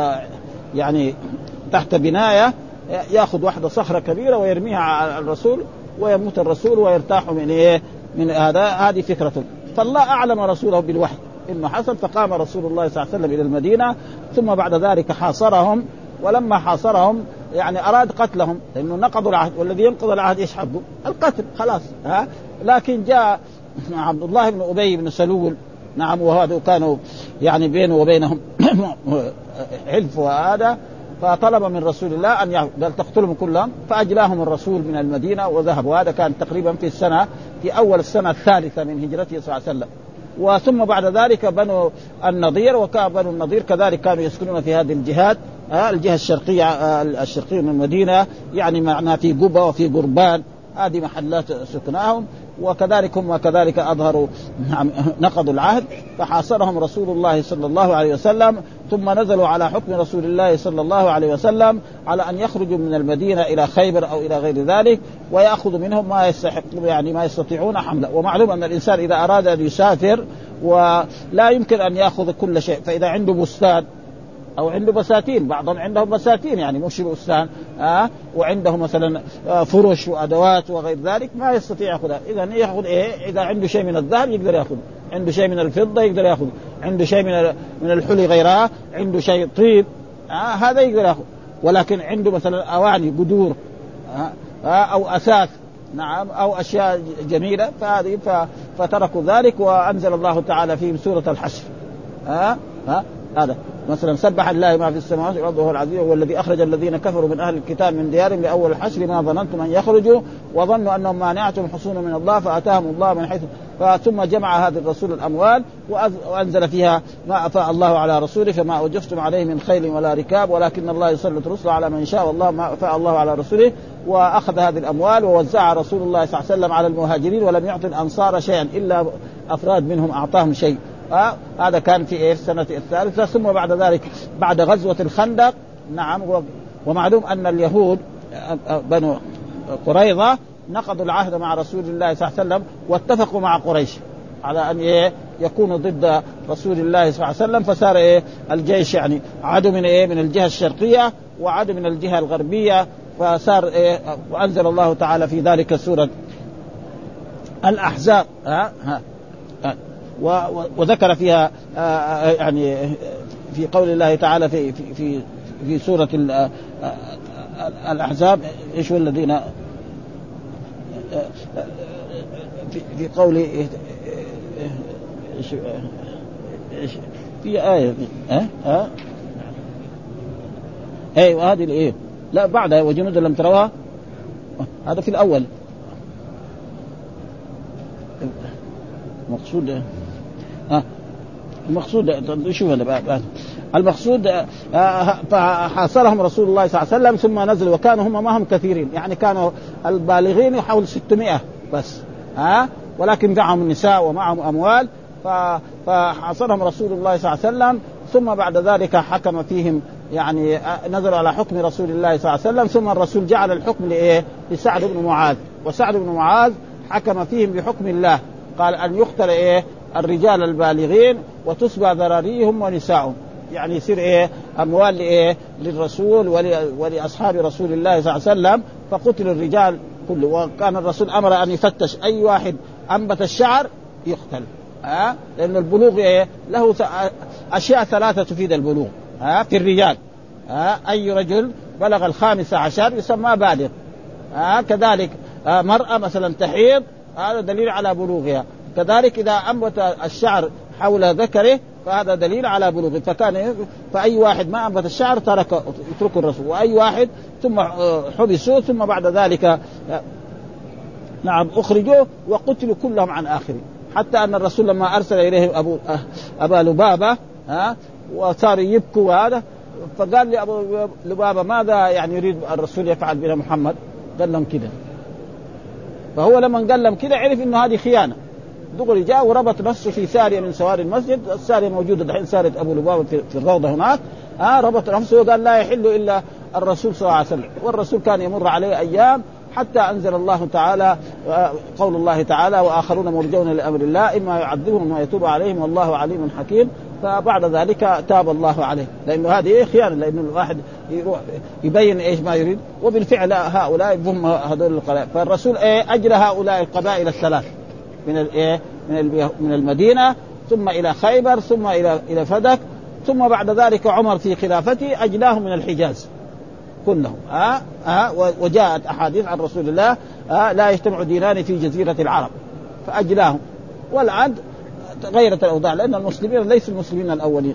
تحت بناية يأخذ واحدة صخرة كبيرة ويرميها على الرسول ويموت الرسول ويرتاح من هذه فكرته. فالله أعلم رسوله بالوحي إنه حصل. فقام رسول الله صلى الله عليه وسلم إلى المدينة، ثم بعد ذلك حاصرهم. ولما حاصرهم يعني أراد قتلهم لأنه نقضوا العهد، والذي ينقض العهد إيش حقه؟ القتل خلاص. لكن جاء عبد الله بن أبي بن سلول، نعم، وهذا كانوا يعني بينه وبينهم حلف وهذا، فطلب من رسول الله أن قال تقتلهم كلهم، فأجلاهم الرسول من المدينة وذهب. وهذا كان تقريبا في أول السنة الثالثة من هجرته صلى الله عليه وسلم. وثم بعد ذلك بنو النضير، وكان بنو النضير كذلك كانوا يسكنون في هذه الجهات، الجهة الشرقية من المدينة، يعني معناه في قبة وفي قربان، هذه محلات سكناهم. وكذلك هم كذلك أظهروا نقضوا العهد، فحاصرهم رسول الله صلى الله عليه وسلم، ثم نزلوا على حكم رسول الله صلى الله عليه وسلم على أن يخرجوا من المدينة إلى خيبر أو إلى غير ذلك، ويأخذوا منهم ما يستحق، يعني ما يستطيعون حمله. ومعلوم أن الإنسان إذا أراد أن يسافر ولا يمكن أن يأخذ كل شيء، فإذا عنده بستان أو عنده بساتين، بعضهم عندهم بساتين يعني مش بستان، وعنده مثلا فرش وأدوات وغير ذلك، ما يستطيع يأخذها. إذا يأخذ إيه؟ إذا عنده شيء من الذهب يقدر يأخذ، عنده شيء من الفضة يقدر يأخذ، عنده شيء من الحلي غيرها، عنده شيء طيب، هذا يقدر يأخذ. ولكن عنده مثلا أواني قدور أو أثاث، نعم، أو أشياء جميلة، فهذه فتركوا ذلك. وأنزل الله تعالى فيهم سورة الحشر، هذا مثلا سبح لله ما في السماوات والأرض وهو العزيز، هو الذي أخرج الذين كفروا من أهل الكتاب من ديارهم لأول الحشر ما ظننتم أن يخرجوا وظنوا أنهم مانعتهم حصون من الله فأتاهم الله من حيث. ثم جمع هذا الرسول الأموال وأنزل فيها ما أفاء الله على رسوله فما أوجفتم عليه من خيل ولا ركاب ولكن الله يسلط رسله على من شاء، والله ما أفاء الله على رسوله. وأخذ هذه الأموال ووزعها رسول الله صلى الله عليه وسلم على المهاجرين، ولم يعطي الأنصار شيئا إلا أفراد منهم أعطاهم شيء. هذا كان في السنة الثالثة. ثم بعد ذلك بعد غزوة الخندق، نعم، ومعلوم أن اليهود بنو قريظة نقضوا العهد مع رسول الله صلى الله عليه وسلم، واتفقوا مع قريش على أن يكونوا ضد رسول الله صلى الله عليه وسلم. فصار الجيش يعني عدو من الجهة الشرقية وعدو من الجهة الغربية، فصار وأنزل الله تعالى في ذلك سورة الأحزاب، وذكر فيها يعني في قول الله تعالى في سورة الأحزاب إيش والذين في قول في آية وهذه الإيه لا بعدها وجنود لم تروها، هذا في الأول. مقصود المقصود شو هذا؟ المقصود فحاصرهم رسول الله صلى الله عليه وسلم ثم نزل، وكانوا هم ما هم كثيرين، يعني كانوا البالغين حول 600 بس، ولكن معهم النساء ومعهم أموال. فحاصرهم رسول الله صلى الله عليه وسلم، ثم بعد ذلك حكم فيهم، يعني نزلوا على حكم رسول الله صلى الله عليه وسلم. ثم الرسول جعل الحكم لسعد بن معاذ، وسعد بن معاذ حكم فيهم بحكم الله، قال أن يقتل الرجال البالغين وتسبى ذراريهم ونسائهم، يعني يصير أموال للرسول ولأصحاب رسول الله صلى الله عليه وسلم. فقتل الرجال كله، وكان الرسول أمر أن يفتش أي واحد أنبت الشعر يقتل، لأن البلوغ له أشياء ثلاثة تفيد البلوغ في الرجال. أي رجل بلغ 15 يسمى بالغ. كذلك مرأة مثلا تحيض، هذا دليل على بلوغها. كذلك إذا أنبت الشعر حول ذكره فهذا دليل على بلوغه. فأي واحد ما أنبت الشعر يترك الرسول، وأي واحد ثم حبسوا، ثم بعد ذلك نعم أخرجوا وقتلوا كلهم عن آخرين، حتى أن الرسول لما أرسل إليهم أبا لبابة وصاروا يبكوا هذا، فقال لأبو لبابة ماذا يعني يريد الرسول يفعل بنا محمد؟ قال لهم كده. فهو لما قال لهم كده عرف إنه هذه خيانة، دغري جاء وربط نفسه في سارية من سواري المسجد. السارية موجودة دحين، سارية أبو لبابة في الروضة هناك. ربط نفسه وقال لا يحل إلا الرسول صلى الله عليه وسلم. والرسول كان يمر عليه أيام حتى أنزل الله تعالى قول الله تعالى وآخرون مرجون لأمر الله إما يعذبهم وما يتوب عليهم والله عليم حكيم. فبعد ذلك تاب الله عليه، لأنه هذه خيانة، لأنه الواحد يروح يبين إيش ما يريد. وبالفعل هؤلاء هم هذول القبائل. فالرسول أجرى هؤلاء القبائل الثلاث من المدينة ثم إلى خيبر ثم إلى فدك، ثم بعد ذلك عمر في خلافته أجلاهم من الحجاز كلهم. وجاءت أحاديث عن رسول الله لا يجتمع دينان في جزيرة العرب، فأجلاهم. والآن تغيرت الأوضاع، لأن المسلمين ليسوا المسلمين الأولين.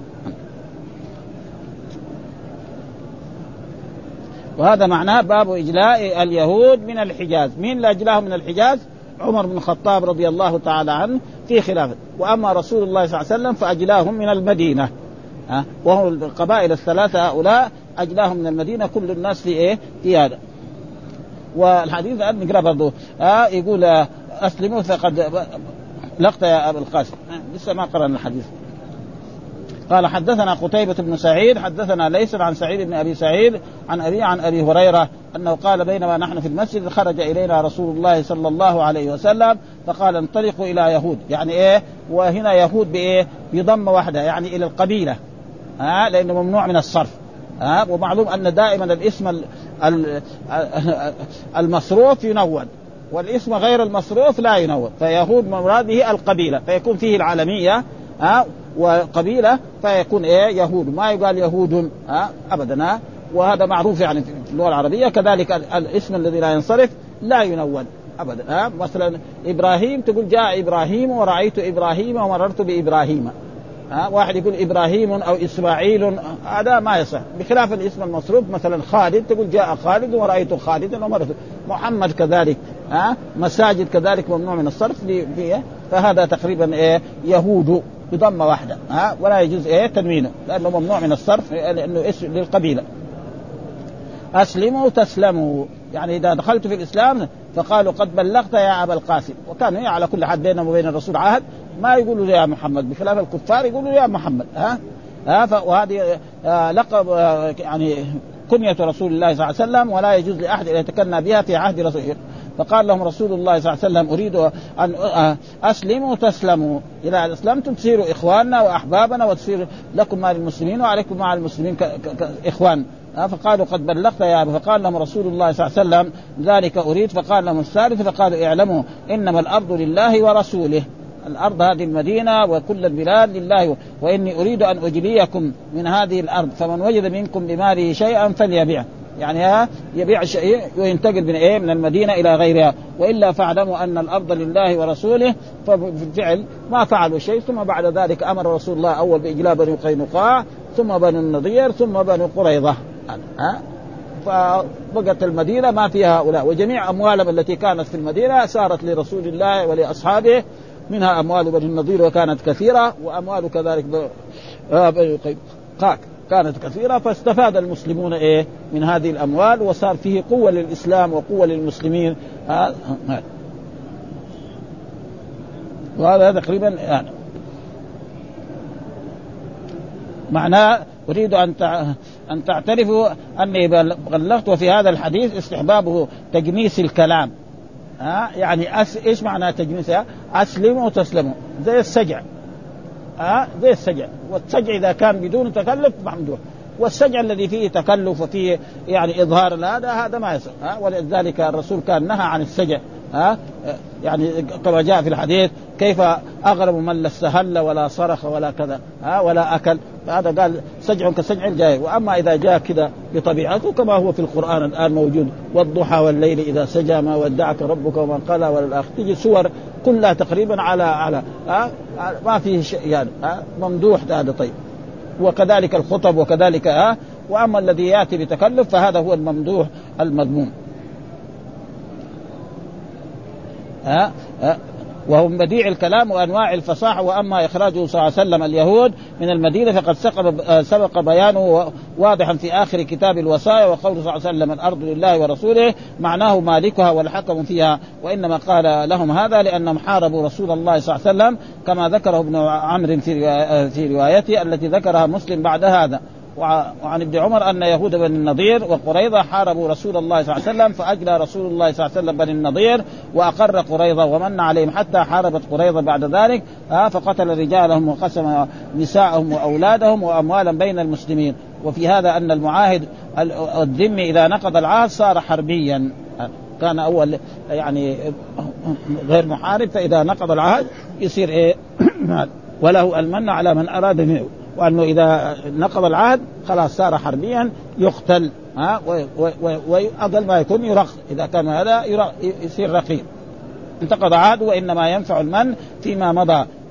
وهذا معناه باب إجلاء اليهود من الحجاز. مين اللي أجلاهم من الحجاز؟ عمر بن الخطاب رضي الله تعالى عنه في خلافه. وأما رسول الله صلى الله عليه وسلم فأجلاهم من المدينة، وهو القبائل الثلاثة هؤلاء أجلاهم من المدينة، كل الناس في هذا. والحديث نقرأ برضو يقول أسلموا فقد لقط يا أبا القاسم. لسه ما قرأنا الحديث. قال حدثنا قتيبة بن سعيد حدثنا ليس عن سعيد بن أبي سعيد عن أبي هريرة أنه قال بينما نحن في المسجد خرج إلينا رسول الله صلى الله عليه وسلم فقال انطلقوا إلى يهود، يعني وهنا يهود بضم واحدة يعني إلى القبيلة، لأنه ممنوع من الصرف. ومعلوم أن دائما الاسم المصروف ينون والاسم غير المصروف لا ينون، فيهود مراد به القبيلة فيكون فيه العالمية وقبيلة فيكون يهود، ما يقال يهود أبدا. وهذا معروف يعني في اللغة العربية. كذلك الاسم الذي لا ينصرف لا ينون أبدا. مثلا إبراهيم تقول جاء إبراهيم ورأيت إبراهيم ومررت بإبراهيم. واحد يقول إبراهيم أو إسماعيل هذا ما يصح، بخلاف الاسم المصروف مثلا خالد تقول جاء خالد ورأيت خالدا ومررت. محمد كذلك، مساجد كذلك ممنوع من الصرف فهذا تقريبا يهود بضم واحدة ولا يجوز تنوينه لأنه ممنوع من الصرف لأنه اسم للقبيلة. أسلموا تسلموا، يعني إذا دخلت في الإسلام فقالوا قد بلغت يا أبا القاسم، وكانوا على كل حد بينهم وبين الرسول عهد ما يقولوا يا محمد، بخلاف الكفار يقولوا يا محمد. وهذه لقب يعني كنية رسول الله صلى الله عليه وسلم، ولا يجوز لأحد أن يتكنى بها في عهد رسوله. فقال لهم رسول الله صلى الله عليه وسلم أريد أن أسلموا تسلموا، إذا أسلمتم تصيروا إخواننا وأحبابنا وتصير لكم مع المسلمين وعليكم مع المسلمين إخوان. فقالوا قد بلغت يا أبا. فقال لهم رسول الله صلى الله عليه وسلم ذلك أريد. فقال لهم الثالث فقالوا اعلموا إنما الأرض لله ورسوله، الأرض هذه المدينة وكل البلاد لله، وإني أريد أن أجليكم من هذه الأرض، فمن وجد منكم بماله شيئا فليبيع، يعني يبيع شيء وينتقل من المدينة إلى غيرها، وإلا فاعلموا أن الأرض لله ورسوله. فبالفعل ما فعلوا شيء. ثم بعد ذلك أمر رسول الله أول بإجلاء بني قينقاع ثم بني النضير ثم بني قريظة. فبقت المدينة ما فيها هؤلاء، وجميع أموالهم التي كانت في المدينة صارت لرسول الله ولأصحابه، منها أموال بني النضير وكانت كثيرة، وأموال كذلك بني قينقاع كانت كثيرة. فاستفاد المسلمون من هذه الأموال، وصار فيه قوة للإسلام وقوة للمسلمين. وهذا تقريبا يعني معناه أريد أن تعترفوا أني بلغت. وفي هذا الحديث استحبابه تجنيس الكلام. يعني إيش معنى تجنيسها؟ أسلموا وتسلموا زي السجع. زي السجع، والسجع إذا كان بدون تكلف ممدوح، والسجع الذي فيه تكلف وفيه يعني إظهار هذا ما يصح. ولذلك الرسول كان نهى عن السجع. يعني كما جاء في الحديث كيف أغرب من لا استهل ولا صرخ ولا كذا ولا أكل، هذا قال سجع كسجع الجاهل. وأما إذا جاء كذا بطبيعته كما هو في القرآن الآن موجود، والضحى والليل إذا سجى ما ودعك ربك وما قلى وللآخر، تجي سور كلها تقريبا على ما فيه شيء يعني ممدوح هذا. طيب وكذلك الخطب وكذلك وأما الذي يأتي بتكلف فهذا هو الممدوح المذموم. وهو بديع الكلام وأنواع الفصاحة. وأما إخراجه صلى الله عليه وسلم اليهود من المدينة فقد سبق بيانه واضحا في آخر كتاب الوصايا. وقوله صلى الله عليه وسلم الأرض لله ورسوله معناه مالكها والحكم فيها، وإنما قال لهم هذا لأنهم حاربوا رسول الله صلى الله عليه وسلم كما ذكره ابن عمرو في روايته التي ذكرها مسلم بعد هذا. وعن ابن عمر أن يهود بني النضير وقريظة حاربوا رسول الله صلى الله عليه وسلم، فأجلى رسول الله صلى الله عليه وسلم بني النضير وأقر قريظة ومن عليهم حتى حاربت قريظة بعد ذلك فقتل رجالهم وقسم نساءهم وأولادهم وأموالا بين المسلمين. وفي هذا أن المعاهد الذمي إذا نقض العهد صار حربيا، كان أول يعني غير محارب، فإذا نقض العهد يصير وله المن على من أراد منه، وأنه إذا نقض العهد خلاص صار حربيا يقتل. وأقل ما يكون يرق، إذا كان هذا يصير رقيق. انتقض عهد وإنما ينفع المن فيما مضى.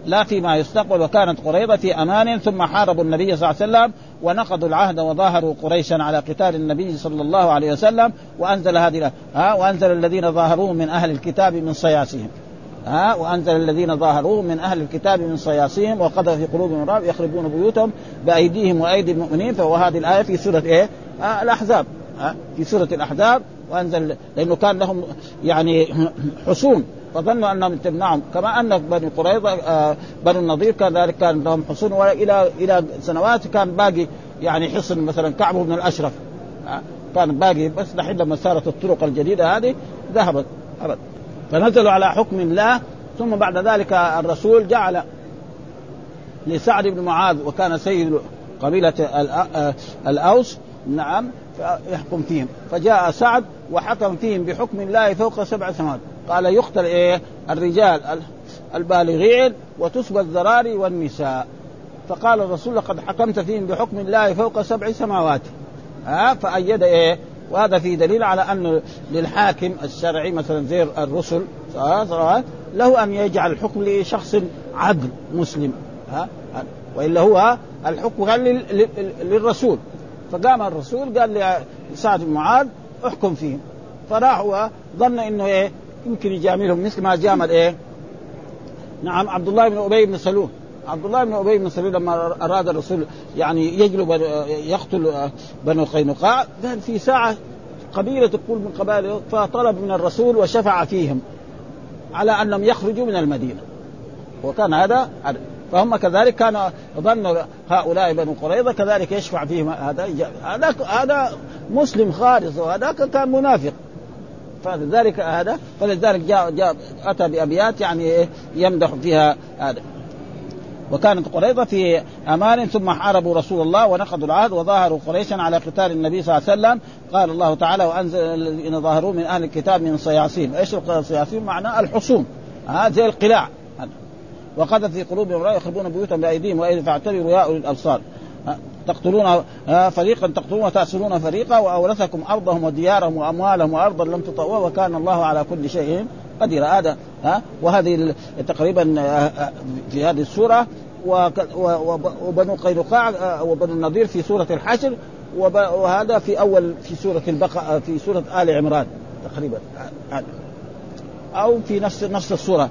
لا فيما يستقبل. وكانت قريظة في أمان ثم حاربوا النبي صلى الله عليه وسلم ونقضوا العهد وظاهروا قريشا على قتال النبي صلى الله عليه وسلم، وأنزل هذه وأنزل الذين ظاهروهم من أهل الكتاب من صياصيهم وأنزل الذين ظاهروهم من أهل الكتاب من صياصيهم وقذف في قلوبهم الرعب يخربون بيوتهم بأيديهم وأيدي المؤمنين. وهذه الآية في سورة الأحزاب، في سورة الأحزاب. وأنزل لأنه كان لهم يعني حصون فظنوا أنهم تمنعهم، كما أن بني قريظة بنو النضير كذلك كان لهم حصون، وإلى سنوات كان باقي يعني حصن مثلا كعب بن الأشرف كان باقي، بس لحين لما صارت الطرق الجديدة هذه ذهبت أبد. فنزلوا على حكم الله. ثم بعد ذلك الرسول جعل لسعد بن معاذ وكان سيد قبيلة الأوس نعم يحكم فيهم، فجاء سعد وحكم فيهم بحكم الله فوق 7 سماوات. قال يقتل الرجال البالغين وتسبى الذراري والنساء. فقال الرسول لقد حكمت فيهم بحكم الله فوق 7 سماوات. فأيد وهذا في دليل على أن للحاكم الشرعي مثلا زي الرسل له أن يجعل الحكم لشخص عدل مسلم، وإلا هو الحكم قال للرسول. فقام الرسول قال لسعد بن معاذ احكم فيهم، فراح وظن انه يمكن يجاملهم مثل ما جامل نعم عبد الله بن ابي بن سلول. عبد الله بن ابي بن سلول لما اراد الرسول يعني يجلب يقتل بنو قينقاع، كان في ساعه قبيله تقول من قبائل، فطلب من الرسول وشفع فيهم على انهم يخرجوا من المدينه. وكان هذا فهم كذلك كان ظن هؤلاء بنو قريظة كذلك يشفع فيهم هذا مسلم خالص وهذاك كان منافق. فلذلك جاء أتى بأبيات يعني يمدح فيها هذا. وكانت قريظة في أمان ثم حاربوا رسول الله ونقضوا العهد وظاهروا قريشا على قتال النبي صلى الله عليه وسلم. قال الله تعالى وأنزل الذين ظاهروا من أهل الكتاب من صياصيهم. إيش الصياصيم؟ معناه الحصون زي القلاع. وقذف في قلوبهم الرعب يخربون بيوتهم بأيديهم وأيديهم فاعتبروا يا أولي الأبصار تقتلون فريقا تقتلون وتأسرون فريقا وأورثكم أرضهم وديارهم وأموالهم وأرضا لم تطئوها وكان الله على كل شيء قدير. هذا وهذه تقريبا في هذه السورة. وبنو قينقاع وبنو النضير في سورة الحشر، وهذا في أول في سورة البقرة في سورة آل عمران تقريبا أو في نفس السورة.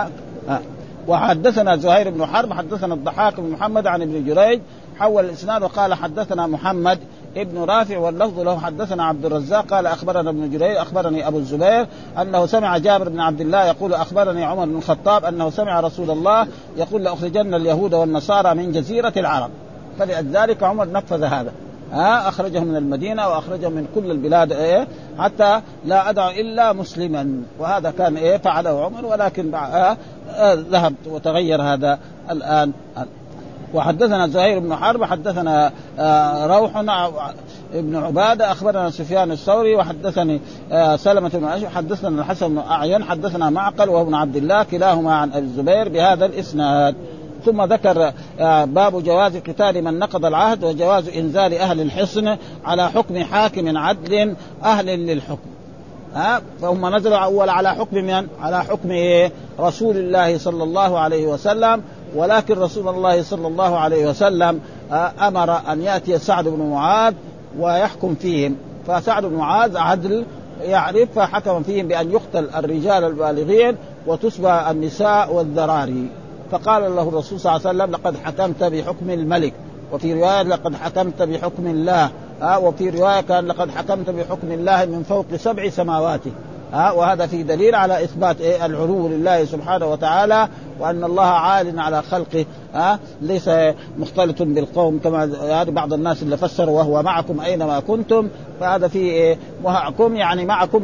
وحدثنا زهير بن حرب حدثنا الضحاك بن محمد عن ابن جريج حول الإسناد وقال حدثنا محمد ابن رافع واللفظ له حدثنا عبد الرزاق قال أخبرنا ابن جريج أخبرني أبو الزبير أنه سمع جابر بن عبد الله يقول أخبرني عمر بن الخطاب أنه سمع رسول الله يقول لأخرجن اليهود والنصارى من جزيرة العرب. فلذلك عمر نفذ هذا أخرجهم من المدينة وأخرجهم من كل البلاد حتى لا أدع إلا مسلما. وهذا كان فعله عمر، ولكن ذهب وتغير هذا الآن. وحدثنا زهير بن حرب حدثنا روح ابن عبادة أخبرنا سفيان الثوري وحدثني سلمة بن أشعث حدثنا الحسن بن أعين حدثنا معقل وابن عبد الله كلاهما عن أبي الزبير بهذا الإسناد. ثم ذكر باب جواز قتال من نقض العهد وجواز إنزال أهل الحصن على حكم حاكم عدل أهل للحكم. فهم نزلوا أول على حكم من؟ على حكم رسول الله صلى الله عليه وسلم. ولكن رسول الله صلى الله عليه وسلم أمر أن يأتي سعد بن معاذ ويحكم فيهم. فسعد بن معاذ عدل يعرف، فحكم فيهم بأن يقتل الرجال البالغين وتسبى النساء والذراري. فقال له الرسول صلى الله عليه وسلم لقد حكمت بحكم الملك، وفي رواية لقد حكمت بحكم الله، وفي رواية كان لقد حكمت بحكم الله من فوق 7 سماوات. وهذا في دليل على إثبات العلو لله سبحانه وتعالى، وأن الله عال على خلقه ليس مختلط بالقوم كما هذا بعض الناس اللي فسروا وهو معكم أينما كنتم. فهذا في معكم يعني معكم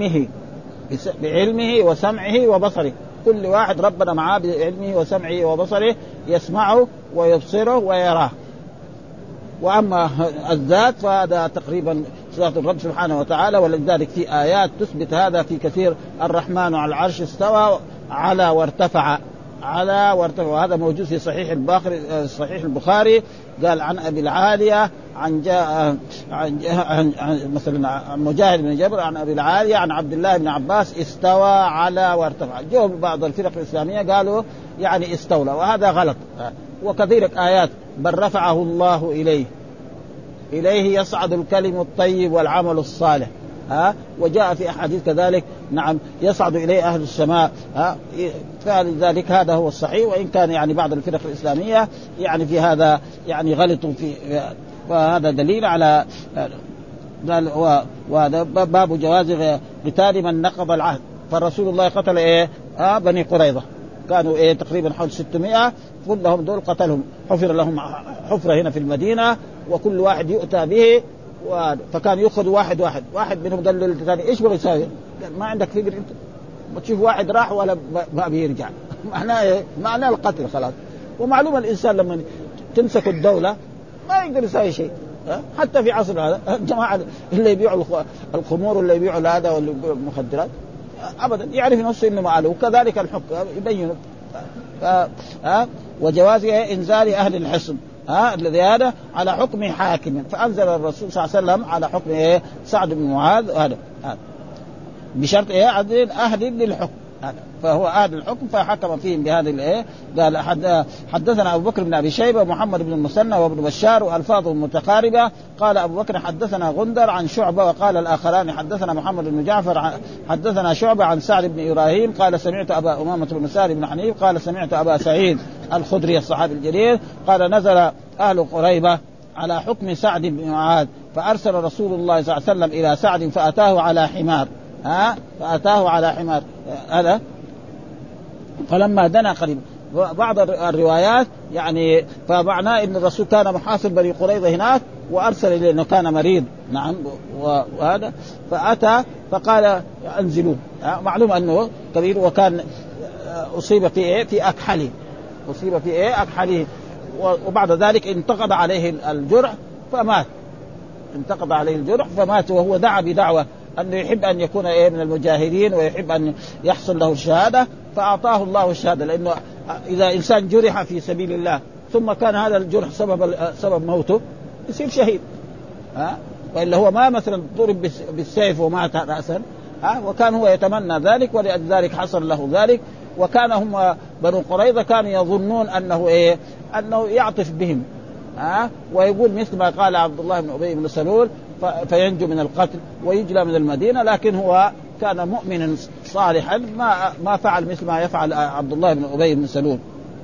بعلمه وسمعه وبصره. كل واحد ربنا معاه بعلمه وسمعه وبصره، يسمعه ويبصره ويراه. وأما الذات فهذا تقريبا صفات الرب سبحانه وتعالى. ولذلك في آيات تثبت هذا في كثير. الرحمن على العرش استوى على وارتفع وهذا موجود في صحيح البخاري قال عن أبي العالية عن مثلا مجاهد بن جبر عن أبي العالية عن عبد الله بن عباس استوى على وارتفع. جو بعض الفرق الإسلامية قالوا يعني استولى، وهذا غلط. وكثير آيات بل رفعه الله إليه يصعد الكلم الطيب والعمل الصالح. وجاء في أحاديث كذلك نعم يصعد إليه أهل السماء. فلذلك هذا هو الصحيح، وإن كان يعني بعض الفرق الإسلامية يعني في هذا يعني غلطوا في، وهذا دليل على وهذا باب جواز قتال من نقض العهد. فالرسول الله قتل بني قريظة، كانوا تقريبا حول 600، كلهم دول قتلهم، حفر لهم حفرة هنا في المدينة وكل واحد يؤتى به، فكان يأخذ واحد منهم قال للثاني ايش بغي يساوي؟ قال ما عندك فكر انت، بتشوف واحد راح ولا ما بيرجع. معناه معناه القتل خلاص. ومعلومة الإنسان لما تمسك الدولة ما يقدر يساوي شيء. حتى في عصر هذا الجماعة اللي يبيعوا الخمور واللي يبيعوا هذا واللي يبيعوا المخدرات أبدا يعرف نفسه إنه معله. وكذلك الحكم يبين وجواز إنزال أهل الحصن الذي هذا على حكم حاكم. فأنزل الرسول صلى الله عليه وسلم على حكم سعد بن معاذ هذا بشرط عدل أهل للحكم، فهو أهل الحكم فحكم فيهم بهذه قال حدثنا أبو بكر بن أبي شيبة ومحمد بن المثنى وابن بشار وألفاظهم متقاربة. قال أبو بكر حدثنا غندر عن شعبة، وقال الآخران حدثنا محمد بن جعفر حدثنا شعبة عن سعد بن إبراهيم قال سمعت أبا أمامة بن سالم بن حنيف قال سمعت أبا سعيد الخدري الصحابي الجليل قال نزل أهل قريبة على حكم سعد بن معاذ، فأرسل رسول الله صلى الله عليه وسلم إلى سعد فأتاه على حمار فأتاه على حمار هذا. فلما دنا قريبا، بعض الروايات يعني فمعناه ان الرسول كان محاصر بني قريظة هناك وارسل اليه انه كان مريض نعم وهذا، فاتى فقال انزلوه. معلوم انه كبير وكان اصيب في اكحله، اصيب في اكحله، وبعد ذلك انتقض عليه الجرح فمات، انتقض عليه الجرح فمات، وهو دعا بدعوة أنه يحب أن يكون من المجاهدين ويحب أن يحصل له الشهادة، فأعطاه الله الشهادة. لأنه إذا إنسان جرح في سبيل الله ثم كان هذا الجرح سبب موته يصير شهيد. وإلا هو ما مثلا ضرب بالسيف ومات رأسا، وكان هو يتمنى ذلك ولذلك حصل له ذلك. وكان هم بنو قريظة كانوا يظنون أنه أنه يعطف بهم ويقول مثل ما قال عبد الله بن أبي بن سلول فينجو من القتل ويجلى من المدينة، لكن هو كان مؤمنا صالحا ما فعل مثل ما يفعل عبد الله بن أبي بن سلول.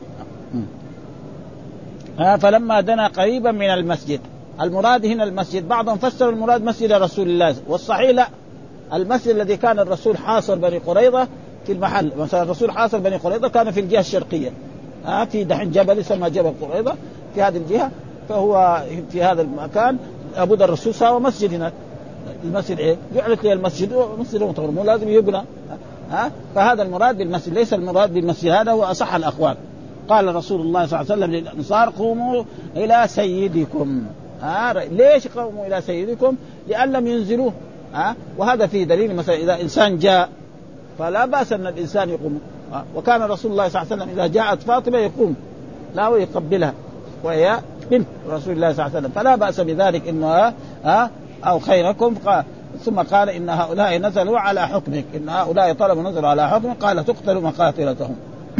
فلما دنا قريبا من المسجد، المراد هنا المسجد، بعضهم فسر المراد مسجد رسول الله، والصحيح لا، المسجد الذي كان الرسول حاصر بني قريظة في المحل. مثلا الرسول حاصر بني قريظة كان في الجهة الشرقية، في دحين جبل يسمى جبل قريظة في هذه الجهة، فهو في هذا المكان أبود الرسول سوى مسجد هناك. المسجد جعلت لي المسجد ومسجد مطهر، مو لازم يبنى. فهذا المراد بالمسجد، ليس المراد بالمسجد، هذا هو أصح الأقوال. قال رسول الله صلى الله عليه وسلم للأنصار قوموا إلى سيدكم. ليش قوموا إلى سيدكم؟ لأن لم ينزلوه. وهذا فيه دليل، مثلا إذا إنسان جاء فلا بأس أن الإنسان يقوم. وكان رسول الله صلى الله عليه وسلم إذا جاءت فاطمة يقوم لا ويقبلها، وهي بنت رسول الله صلى الله عليه وسلم، فلا بأس بذلك إنه أو خيركم. ثم قال إن هؤلاء نزلوا على حكمك، إن هؤلاء طلبوا نزلوا على حكمك، قال تقتل مقاتلتهم.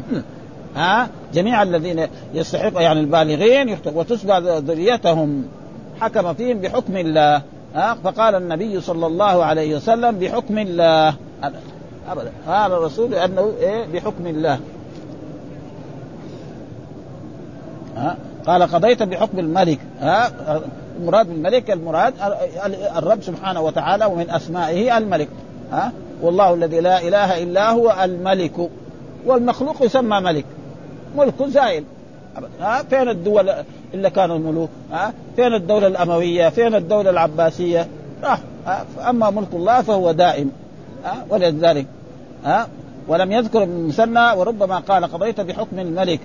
جميع الذين يستحق يعني البالغين يقتل وتسبى ذريتهم، حكم فيهم بحكم الله. فقال النبي صلى الله عليه وسلم بحكم الله أبدا، هذا الرسول أنه بحكم الله. قال قضيت بحكم الملك. المراد بالملك المراد الرب سبحانه وتعالى، ومن أسمائه الملك. والله الذي لا إله إلا هو الملك، والمخلوق يسمى ملك، ملك زائل. فين الدول اللي كانوا ملوك؟ فين الدولة الأموية؟ فين الدولة العباسية؟ أما ملك الله فهو دائم. ولذلك ولم يذكر ابن المثنى، وربما قال قضيت بحكم الملك،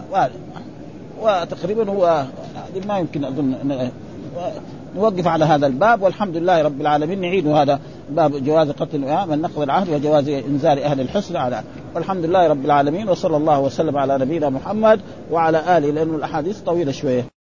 وتقريبا هو ما يمكن أظن نوقف على هذا الباب. والحمد لله رب العالمين. نعيد هذا باب جواز قتل من نقض العهد وجواز إنزال أهل الحصن على. والحمد لله رب العالمين، وصلى الله وسلم على نبينا محمد وعلى آله، لأن الأحاديث طويلة شوية.